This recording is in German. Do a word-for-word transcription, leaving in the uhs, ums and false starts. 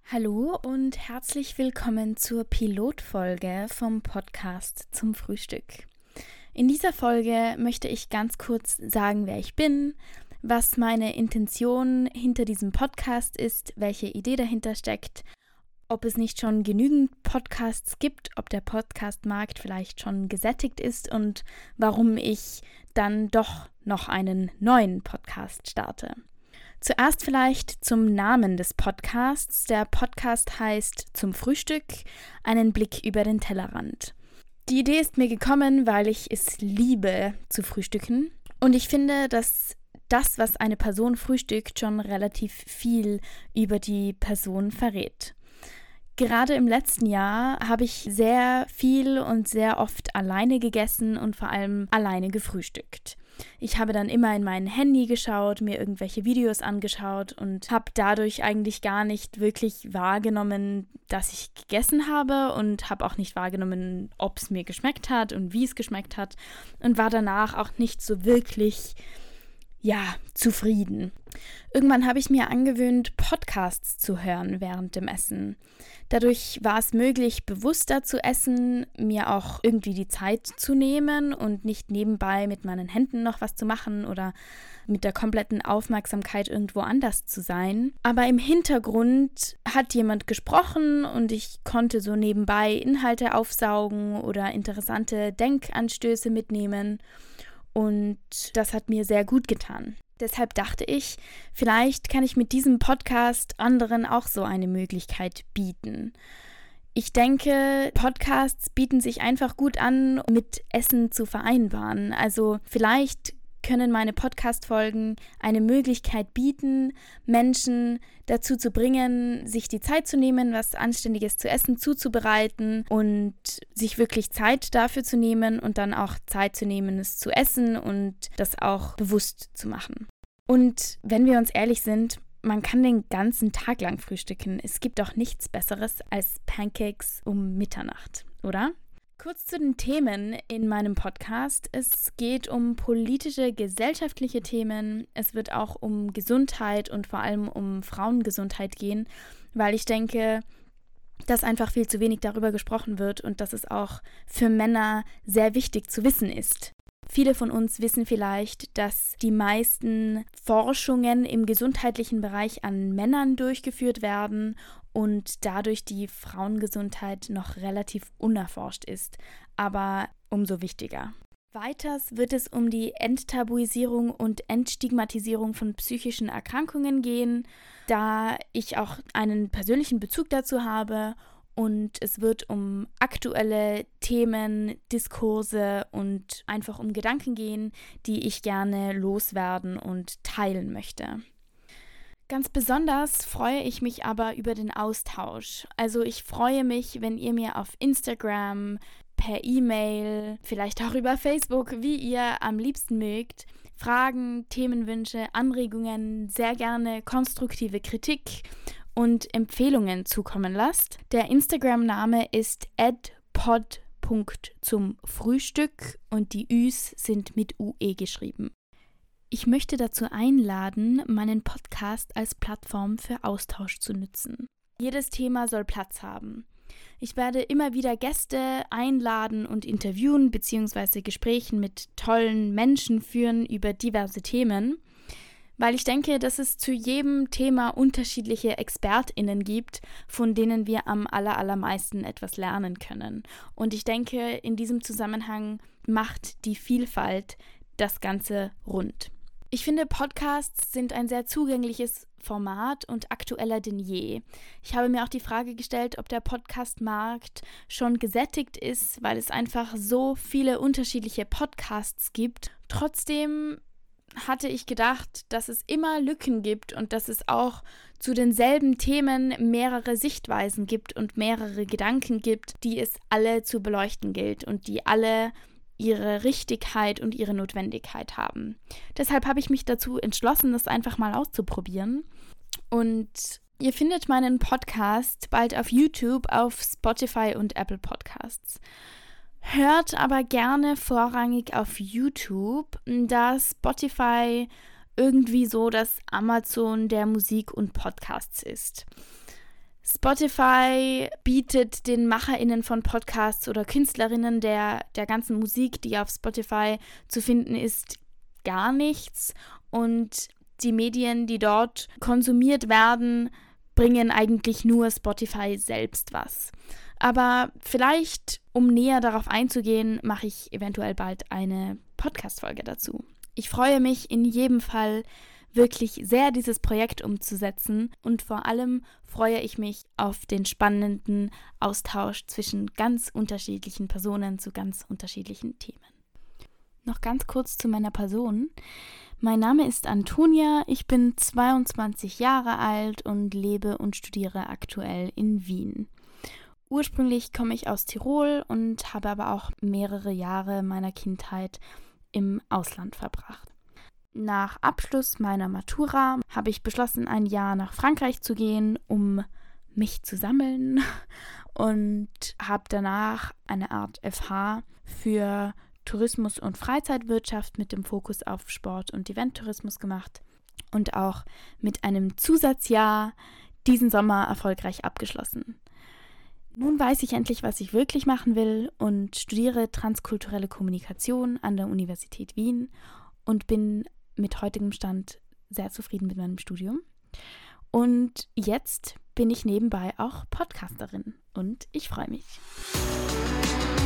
Hallo und herzlich willkommen zur Pilotfolge vom Podcast zum Frühstück. In dieser Folge möchte ich ganz kurz sagen, wer ich bin, was meine Intention hinter diesem Podcast ist, welche Idee dahinter steckt, ob es nicht schon genügend Podcasts gibt, ob der Podcastmarkt vielleicht schon gesättigt ist und warum ich dann doch noch einen neuen Podcast starte. Zuerst vielleicht zum Namen des Podcasts. Der Podcast heißt Zum Frühstück, einen Blick über den Tellerrand. Die Idee ist mir gekommen, weil ich es liebe zu frühstücken. Und ich finde, dass das, was eine Person frühstückt, schon relativ viel über die Person verrät. Gerade im letzten Jahr habe ich sehr viel und sehr oft alleine gegessen und vor allem alleine gefrühstückt. Ich habe dann immer in mein Handy geschaut, mir irgendwelche Videos angeschaut und habe dadurch eigentlich gar nicht wirklich wahrgenommen, dass ich gegessen habe und habe auch nicht wahrgenommen, ob es mir geschmeckt hat und wie es geschmeckt hat und war danach auch nicht so wirklich, ja, zufrieden. Irgendwann habe ich mir angewöhnt, Podcasts zu hören während dem Essen. Dadurch war es möglich, bewusster zu essen, mir auch irgendwie die Zeit zu nehmen und nicht nebenbei mit meinen Händen noch was zu machen oder mit der kompletten Aufmerksamkeit irgendwo anders zu sein. Aber im Hintergrund hat jemand gesprochen und ich konnte so nebenbei Inhalte aufsaugen oder interessante Denkanstöße mitnehmen. Und das hat mir sehr gut getan. Deshalb dachte ich, vielleicht kann ich mit diesem Podcast anderen auch so eine Möglichkeit bieten. Ich denke, Podcasts bieten sich einfach gut an, mit Essen zu vereinbaren. Also vielleicht können meine Podcast-Folgen eine Möglichkeit bieten, Menschen dazu zu bringen, sich die Zeit zu nehmen, was Anständiges zu essen zuzubereiten und sich wirklich Zeit dafür zu nehmen und dann auch Zeit zu nehmen, es zu essen und das auch bewusst zu machen. Und wenn wir uns ehrlich sind, man kann den ganzen Tag lang frühstücken. Es gibt auch nichts Besseres als Pancakes um Mitternacht, oder? Kurz zu den Themen in meinem Podcast. Es geht um politische, gesellschaftliche Themen. Es wird auch um Gesundheit und vor allem um Frauengesundheit gehen, weil ich denke, dass einfach viel zu wenig darüber gesprochen wird und dass es auch für Männer sehr wichtig zu wissen ist. Viele von uns wissen vielleicht, dass die meisten Forschungen im gesundheitlichen Bereich an Männern durchgeführt werden und dadurch die Frauengesundheit noch relativ unerforscht ist, aber umso wichtiger. Weiters wird es um die Enttabuisierung und Entstigmatisierung von psychischen Erkrankungen gehen, da ich auch einen persönlichen Bezug dazu habe. Und es wird um aktuelle Themen, Diskurse und einfach um Gedanken gehen, die ich gerne loswerden und teilen möchte. Ganz besonders freue ich mich aber über den Austausch. Also ich freue mich, wenn ihr mir auf Instagram, per E-Mail, vielleicht auch über Facebook, wie ihr am liebsten mögt, Fragen, Themenwünsche, Anregungen, sehr gerne konstruktive Kritik und Empfehlungen zukommen lasst. Der Instagram-Name ist at pod punkt zum Frühstück und die Üs sind mit U E geschrieben. Ich möchte dazu einladen, meinen Podcast als Plattform für Austausch zu nutzen. Jedes Thema soll Platz haben. Ich werde immer wieder Gäste einladen und interviewen bzw. Gesprächen mit tollen Menschen führen über diverse Themen, weil ich denke, dass es zu jedem Thema unterschiedliche ExpertInnen gibt, von denen wir am aller, allermeisten etwas lernen können. Und ich denke, in diesem Zusammenhang macht die Vielfalt das Ganze rund. Ich finde, Podcasts sind ein sehr zugängliches Format und aktueller denn je. Ich habe mir auch die Frage gestellt, ob der Podcast-Markt schon gesättigt ist, weil es einfach so viele unterschiedliche Podcasts gibt. Trotzdem hatte ich gedacht, dass es immer Lücken gibt und dass es auch zu denselben Themen mehrere Sichtweisen gibt und mehrere Gedanken gibt, die es alle zu beleuchten gilt und die alle ihre Richtigkeit und ihre Notwendigkeit haben. Deshalb habe ich mich dazu entschlossen, das einfach mal auszuprobieren. Und ihr findet meinen Podcast bald auf YouTube, auf Spotify und Apple Podcasts. Hört aber gerne vorrangig auf YouTube, da Spotify irgendwie so das Amazon der Musik und Podcasts ist. Spotify bietet den MacherInnen von Podcasts oder KünstlerInnen der, der ganzen Musik, die auf Spotify zu finden ist, gar nichts. Und die Medien, die dort konsumiert werden, bringen eigentlich nur Spotify selbst was. Aber vielleicht, um näher darauf einzugehen, mache ich eventuell bald eine Podcast-Folge dazu. Ich freue mich in jedem Fall wirklich sehr, dieses Projekt umzusetzen, und vor allem freue ich mich auf den spannenden Austausch zwischen ganz unterschiedlichen Personen zu ganz unterschiedlichen Themen. Noch ganz kurz zu meiner Person. Mein Name ist Antonia, ich bin zweiundzwanzig Jahre alt und lebe und studiere aktuell in Wien. Ursprünglich komme ich aus Tirol und habe aber auch mehrere Jahre meiner Kindheit im Ausland verbracht. Nach Abschluss meiner Matura habe ich beschlossen, ein Jahr nach Frankreich zu gehen, um mich zu sammeln, und habe danach eine Art F H für Tourismus und Freizeitwirtschaft mit dem Fokus auf Sport- und Eventtourismus gemacht und auch mit einem Zusatzjahr diesen Sommer erfolgreich abgeschlossen. Nun weiß ich endlich, was ich wirklich machen will, und studiere transkulturelle Kommunikation an der Universität Wien und bin mit heutigem Stand sehr zufrieden mit meinem Studium. Und jetzt bin ich nebenbei auch Podcasterin und ich freue mich.